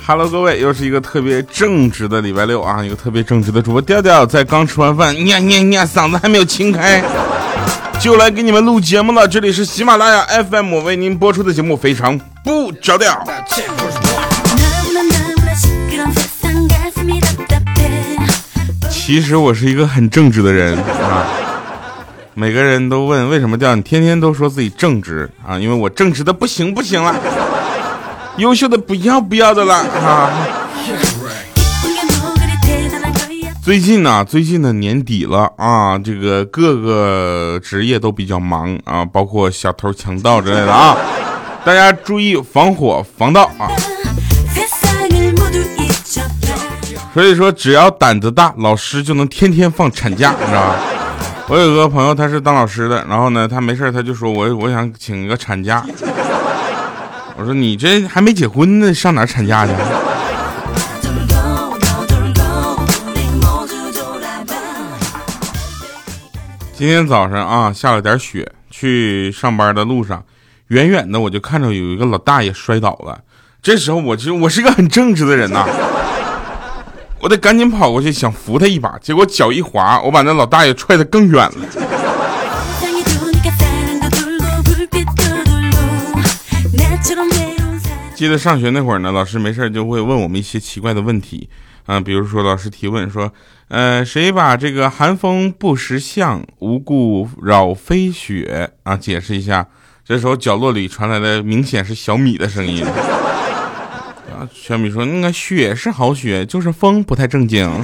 Hello， 各位，又是一个特别正直的礼拜六啊！一个特别正直的主播调调，在刚吃完饭，嗓子还没有清开，就来给你们录节目了。这里是喜马拉雅 FM 为您播出的节目，非常不着调。其实我是一个很正直的人啊。每个人都问为什么调你天天都说自己正直啊？因为我正直的不行了。优秀的不要的了啊！最近的年底了啊，这个各个职业都比较忙啊，包括小偷强盗之类的啊，大家注意防火防盗啊！所以说，只要胆子大，老师就能天天放产假，你知道吧？我有个朋友，他是当老师的，然后呢，他没事他就说我想请一个产假。我说你这还没结婚呢，上哪儿产假去？今天早上啊，下了点雪，去上班的路上，远远的我就看着有一个老大爷摔倒了。这时候我是个很正直的人呐，我得赶紧跑过去想扶他一把，结果脚一滑，我把那老大爷踹得更远了。记得上学那会儿呢，老师没事就会问我们一些奇怪的问题啊，比如说老师提问说，谁把这个寒风不识相，无故扰飞雪啊？解释一下。这时候角落里传来的明显是小米的声音啊，小米说那个雪是好雪，就是风不太正经。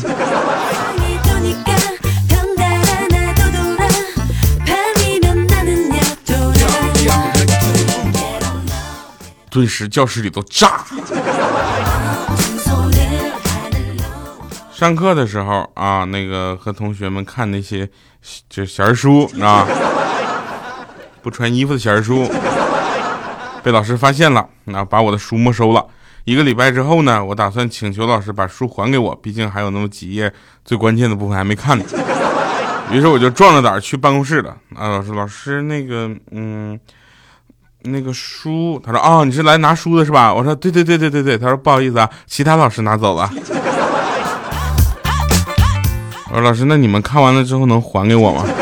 顿时教室里都炸。上课的时候啊，那个和同学们看那些就闲儿书啊，不穿衣服的闲儿书，被老师发现了，把我的书没收了。1个礼拜之后呢，我打算请求老师把书还给我，毕竟还有那么几页最关键的部分还没看呢。于是我就壮着胆去办公室了啊，老师那个书，他说哦，你是来拿书的是吧？我说对，他说不好意思啊，其他老师拿走了。我说老师，那你们看完了之后能还给我吗？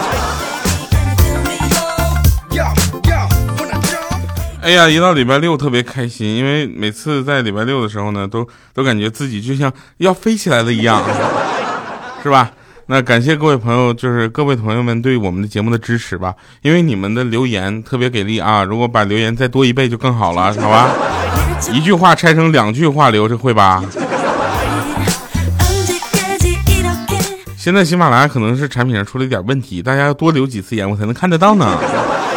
哎呀，一到礼拜六特别开心，因为每次在礼拜六的时候呢，都感觉自己就像要飞起来了一样，是吧？那感谢各位朋友，就是各位朋友们对我们的节目的支持吧，因为你们的留言特别给力啊！如果把留言再多1倍就更好了，好吧？一句话拆成2句话留，这会吧？现在喜马拉雅可能是产品上出了一点问题，大家要多留几次言我才能看得到呢。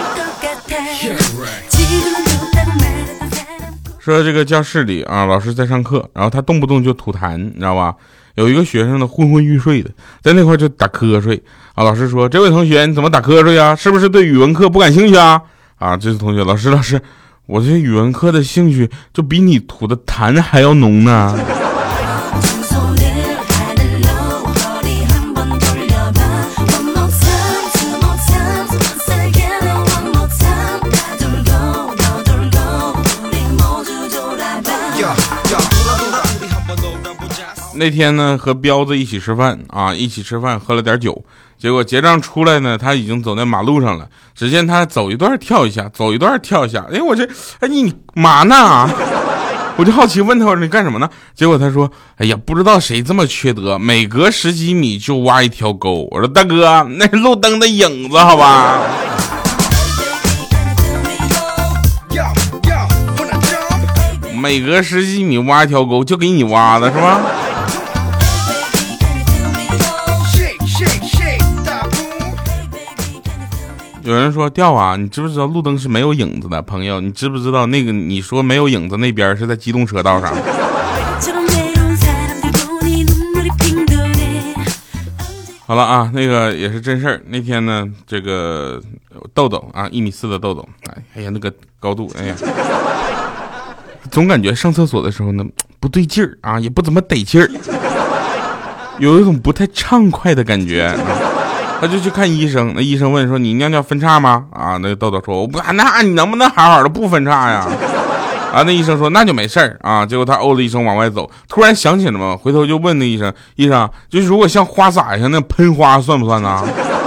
说这个教室里啊，老师在上课，然后他动不动就吐痰，你知道吧？有一个学生呢昏昏欲睡的，在那块就打瞌睡啊。老师说：“这位同学，你怎么打瞌睡啊？是不是对语文课不感兴趣啊？”啊，这位同学，老师，我对语文课的兴趣就比你吐的痰还要浓呢。那天呢和彪子一起吃饭啊，喝了点酒，结果结账出来呢，他已经走在马路上了。只见他走一段跳一下，走一段跳一下。你嘛呢？我就好奇问他，我说你干什么呢？结果他说，哎呀，不知道谁这么缺德，每隔10几米就挖一条沟。我说大哥，那是路灯的影子，好吧？每隔10几米挖一条沟，就给你挖的是吧？有人说调啊，你知不知道路灯是没有影子的？朋友，你知不知道那个你说没有影子那边是在机动车道上？好了啊，那个也是真事儿。那天呢，这个豆豆啊，1.4米的豆豆，哎呀，那个高度，哎呀，总感觉上厕所的时候呢不对劲儿啊，也不怎么得劲儿，有一种不太畅快的感觉。他就去看医生，那医生问说：“你尿尿分叉吗？”啊，那个豆豆说：“我不，那你能不能好好的不分叉呀？” 啊，那医生说那就没事儿啊。结果他哦了一声往外走，突然想起了嘛，回头就问那医生，医生就是如果像花洒一样那喷花算不算呢？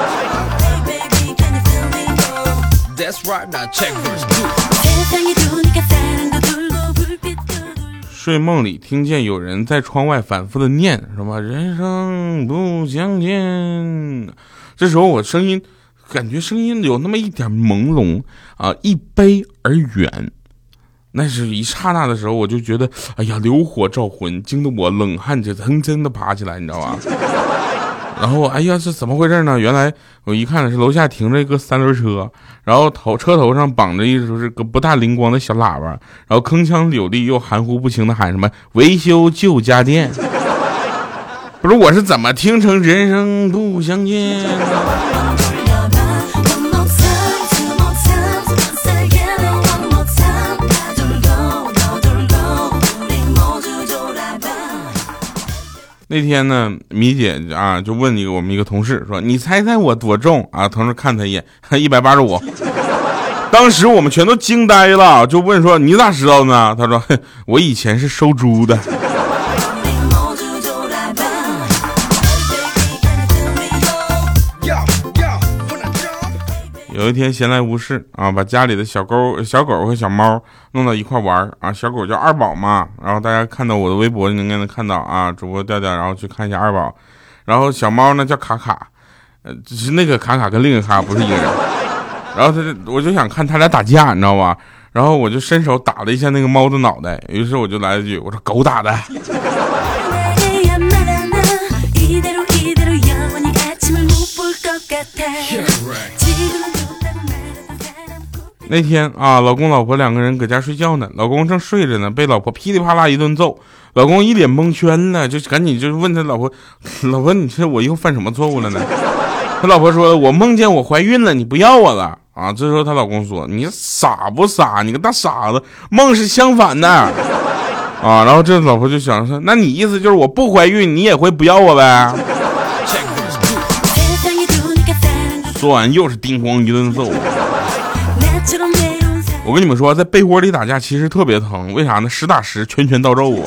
睡梦里听见有人在窗外反复的念什么人生不相见，这时候我感觉声音有那么一点朦胧啊，一悲而远。那是一刹那的时候，我就觉得哎呀流火照魂，惊得我冷汗就蹭蹭的爬起来，你知道吧？然后哎呀是怎么回事呢？原来我一看是楼下停着一个三轮车，然后车头上绑着就是个不大灵光的小喇叭，然后铿锵有力又含糊不清的喊什么维修旧家电。不是，我是怎么听成人生不相见？那天呢，米姐啊就问我们一个同事说：“你猜猜我多重啊？”同事看他一眼，185。当时我们全都惊呆了，就问说：“你咋知道呢？”他说：“我以前是收猪的。”有一天闲来无事啊，把家里的小狗和小猫弄到一块玩啊。小狗叫二宝嘛，然后大家看到我的微博应该能看到啊，主播调调，然后去看一下二宝。然后小猫呢叫卡卡，只是那个卡卡跟另一个卡卡不是一个人。然后我就想看他俩打架，你知道吧？然后我就伸手打了一下那个猫的脑袋，于是我就来了一句，我说狗打的。那天啊，老公老婆两个人搁家睡觉呢，老公正睡着呢，被老婆噼里啪啦一顿揍，老公一脸蒙圈了，就赶紧就问他老婆，你说我又犯什么错误了呢？他老婆说，我梦见我怀孕了，你不要我了啊。这时候他老公说，你傻不傻？你个大傻子，梦是相反的啊。然后这老婆就想说，那你意思就是我不怀孕你也会不要我呗？说完又是叮咣一顿揍。我跟你们说，在被窝里打架其实特别疼，为啥呢？实打实，拳拳到肉啊！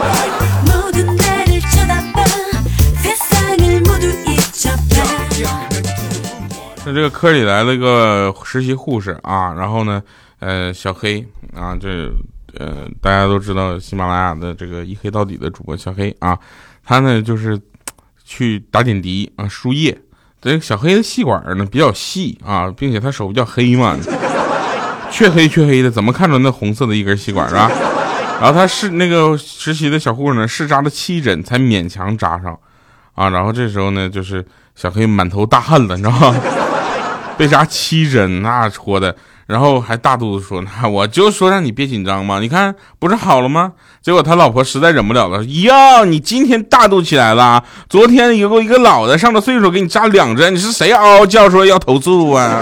那这个科里来了一个实习护士啊，然后呢，小黑啊，大家都知道喜马拉雅的这个一黑到底的主播小黑啊，他呢就是去打点滴啊，输液。这个小黑的细管呢比较细啊，并且他手比较黑嘛。黢黑的，怎么看出那红色的一根细管是吧？然后他是那个实习的小护士呢，是扎了7针才勉强扎上啊。然后这时候呢，就是小黑满头大汗了，你知道吗？被扎7针，那戳的，然后还大肚子说：“那我就说让你别紧张嘛，你看不是好了吗？”结果他老婆实在忍不了了，哟，你今天大肚起来了？昨天有一个老的上了岁数给你扎2针，你是谁嗷嗷叫说要投诉啊？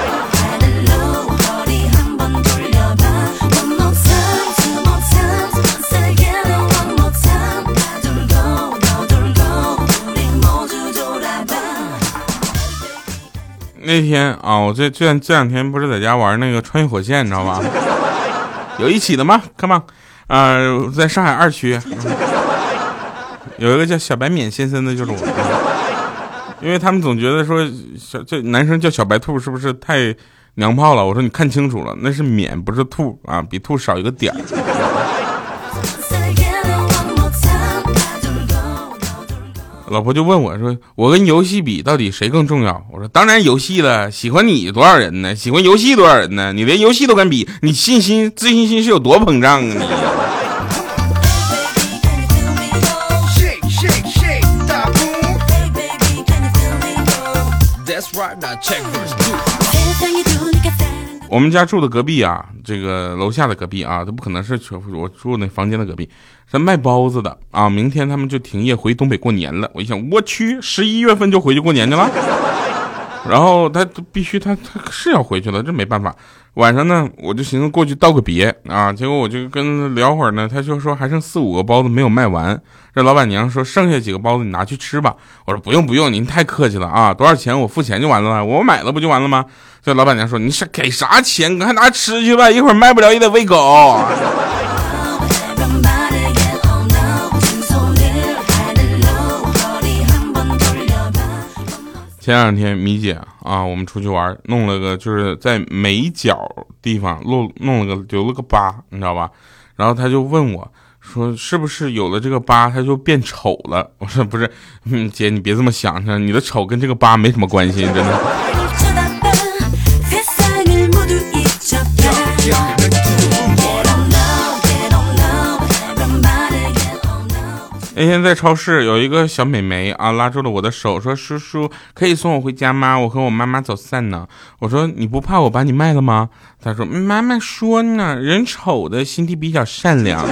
那天啊，我这两天不是在家玩那个穿越火线，你知道吧？有一起的吗 ？Come on，在上海2区，有一个叫小白免先生的，就是我。因为他们总觉得说这男生叫小白兔是不是太娘炮了？我说你看清楚了，那是免不是兔啊，比兔少一个点。老婆就问我说，我跟游戏比到底谁更重要？我说当然游戏了，喜欢你多少人呢？喜欢游戏多少人呢？你连游戏都敢比，你自信心是有多膨胀啊你？我们家住的隔壁啊，这个楼下的隔壁啊，都不可能是我住那房间的隔壁，是卖包子的啊。明天他们就停业回东北过年了。我一想，我去，11月份就回去过年去了。 然后他必须他是要回去了，这没办法。晚上呢，我就寻思过去道个别啊，结果我就跟他聊会儿呢，他就说还剩4、5个包子没有卖完。这老板娘说剩下几个包子你拿去吃吧。我说不用，您太客气了啊，多少钱我付钱就完了，我买了不就完了吗？这老板娘说你是给啥钱？赶快拿吃去吧，一会儿卖不了也得喂狗。前2天米姐啊，我们出去玩，弄了个就是在眉角地方弄了个留了个疤，你知道吧？然后他就问我说是不是有了这个疤他就变丑了？我说不是，姐你别这么想，你的丑跟这个疤没什么关系，真的。那天在超市有一个小美眉啊，拉住了我的手说，叔叔可以送我回家吗？我和我妈妈走散呢。我说你不怕我把你卖了吗？她说妈妈说呢，人丑的心地比较善良。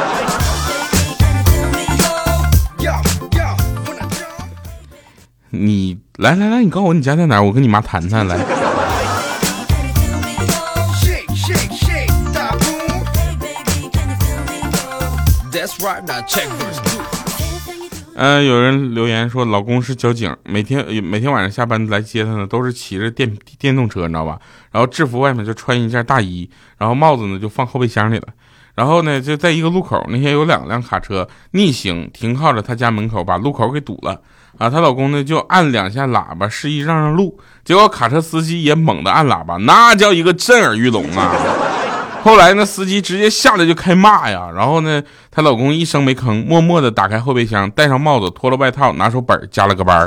你来，你告诉我你家在哪儿，我跟你妈谈谈来。有人留言说老公是交警，每天晚上下班来接他呢，都是骑着电动车，你知道吧？然后制服外面就穿一件大衣，然后帽子呢就放后备箱里了。然后呢就在一个路口，那天有2辆卡车逆行停靠着他家门口，把路口给堵了啊！她老公呢就按2下喇叭示意让路，结果卡车司机也猛地按喇叭，那叫一个震耳欲聋啊！后来呢，司机直接下来就开骂呀，然后呢，她老公一声没吭，默默的打开后备箱，戴上帽子，脱了外套，拿手本加了个班。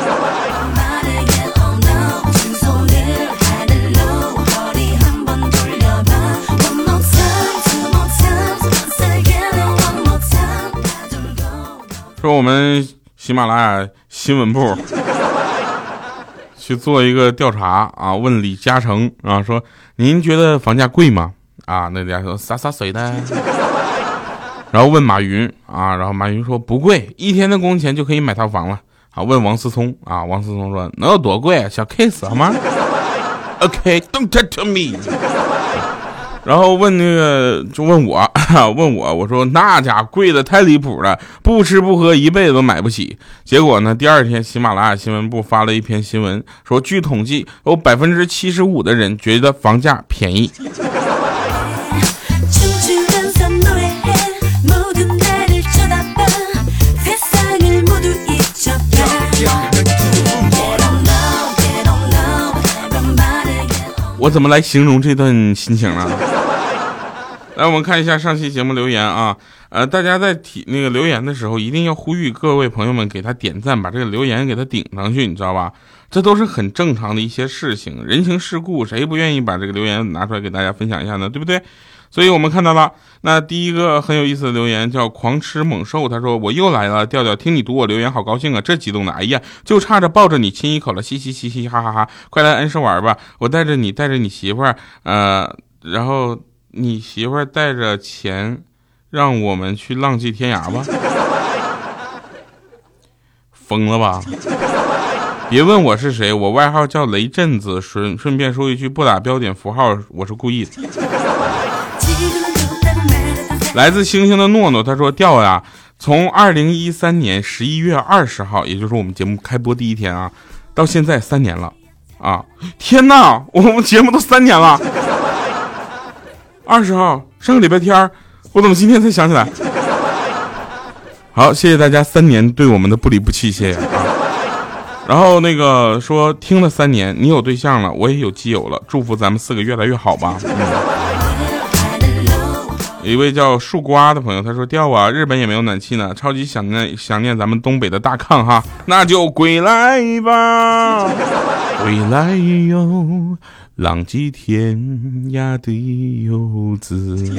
说我们喜马拉雅新闻部去做一个调查啊，问李嘉诚啊，说您觉得房价贵吗？啊，那家说洒水的。然后问马云啊，然后马云说不贵，1天的工钱就可以买套房了。啊，问王思聪啊，王思聪说能有多贵？小 case 好吗？OK， don't talk to me。然后问那个就问我说那家贵的太离谱了，不吃不喝一辈子都买不起。结果呢，第2天喜马拉雅新闻部发了一篇新闻，说据统计有75%的人觉得房价便宜。我怎么来形容这段心情呢？来，我们看一下上期节目留言啊，大家在那个留言的时候，一定要呼吁各位朋友们给他点赞，把这个留言给他顶上去，你知道吧？这都是很正常的一些事情，人情世故，谁不愿意把这个留言拿出来给大家分享一下呢？对不对？所以我们看到了，那第一个很有意思的留言叫狂吃猛兽，他说我又来了，调调听你读我留言好高兴啊，这激动的，哎呀，就差着抱着你亲一口了，嘻嘻嘻嘻哈哈哈，快来恩施玩吧，我带着你媳妇儿，然后你媳妇儿带着钱让我们去浪迹天涯吧。疯了吧？别问我是谁，我外号叫雷震子，顺便说一句，不打标点符号我是故意的。来自星星的诺诺，他说调呀，从2013年11月20号，也就是我们节目开播第1天啊，到现在3年了啊！天哪，我们节目都3年了。20号，上个礼拜天，我怎么今天才想起来？好，谢谢大家3年对我们的不离不弃，谢谢啊。然后那个说听了3年，你有对象了，我也有基友了，祝福咱们4个越来越好吧。有一位叫树瓜的朋友，他说调啊，日本也没有暖气呢，超级想念咱们东北的大炕哈，那就归来吧，归来哟，浪迹天涯的游子。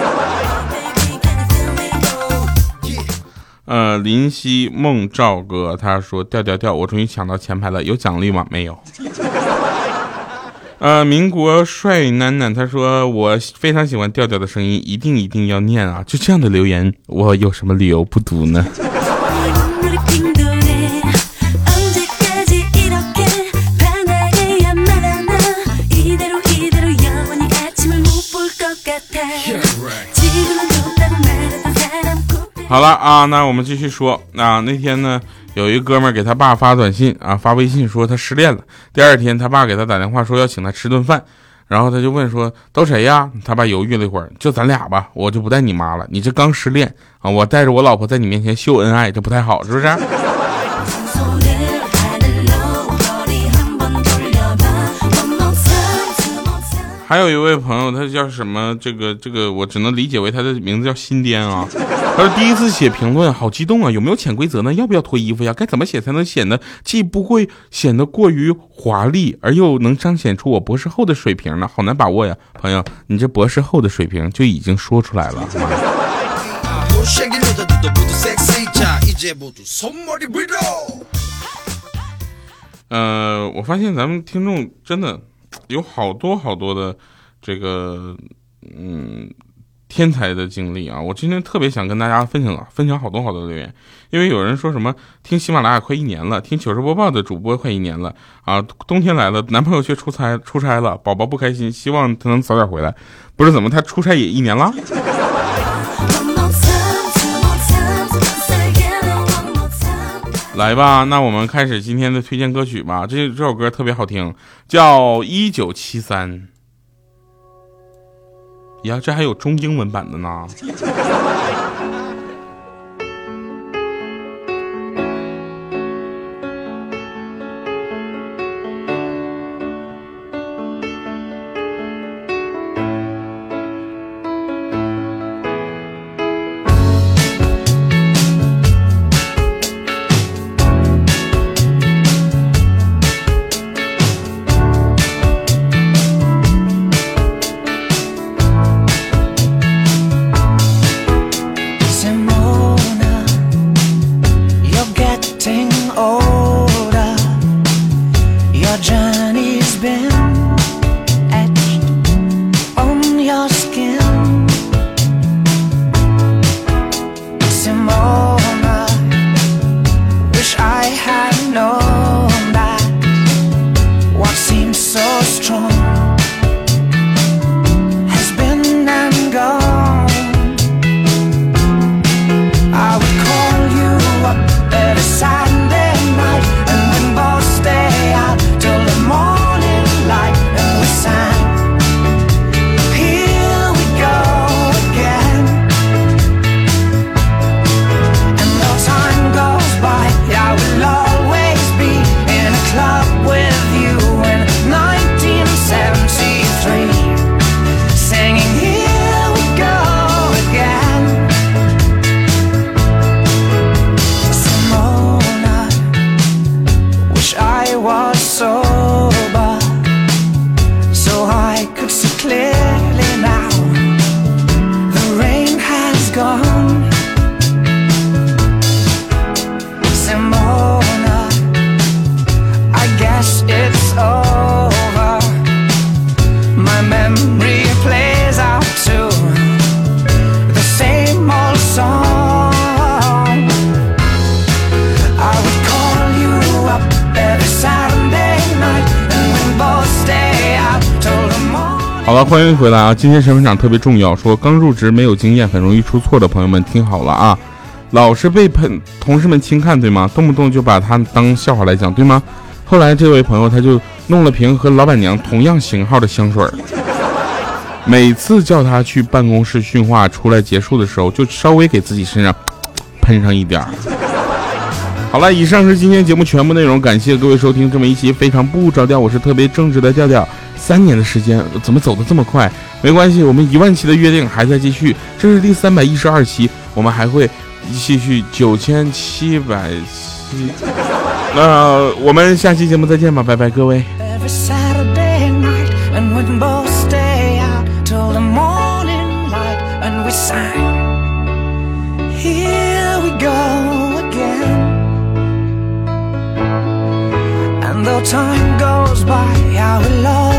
林夕梦赵哥他说调，我终于抢到前排了，有奖励吗？没有。民国帅楠楠他说我非常喜欢调调的声音，一定要念啊！就这样的留言，我有什么理由不读呢？ 好了啊，那我们继续说啊。那天呢，有一哥们儿给他爸发短信啊，发微信说他失恋了。第二天，他爸给他打电话说要请他吃顿饭，然后他就问说都谁呀？他爸犹豫了一会儿，就咱俩吧，我就不带你妈了。你这刚失恋啊，我带着我老婆在你面前秀恩爱，这不太好，是不是？还有一位朋友，他叫什么？这个，我只能理解为他的名字叫新颠啊。他说第一次写评论，好激动啊！有没有潜规则呢？要不要脱衣服呀？该怎么写才能显得既不会显得过于华丽，而又能彰显出我博士后的水平呢？好难把握呀，朋友，你这博士后的水平就已经说出来了。我发现咱们听众真的有好多的这个天才的经历啊！我今天特别想跟大家分享好多留言，因为有人说什么听喜马拉雅快1年了，听糗事播报的主播快1年了啊！冬天来了，男朋友却出差了，宝宝不开心，希望他能早点回来。不是怎么他出差也1年了？来吧，那我们开始今天的推荐歌曲吧。这首歌特别好听，叫1973。呀，这还有中英文版的呢。好了，欢迎回来啊！今天身份证特别重要，说刚入职没有经验很容易出错的朋友们听好了啊，老是被同事们轻看对吗？动不动就把他当笑话来讲对吗？后来这位朋友他就弄了瓶和老板娘同样型号的香水，每次叫他去办公室训话出来结束的时候就稍微给自己身上喷上一点。好了，以上是今天节目全部内容，感谢各位收听这么一期非常不着调，我是特别正直的调调。3年的时间怎么走得这么快？没关系，我们1万期的约定还在继续，这是第312期，我们还会继续9707。那我们下期节目再见吧，拜拜各位。Time goes by, I will love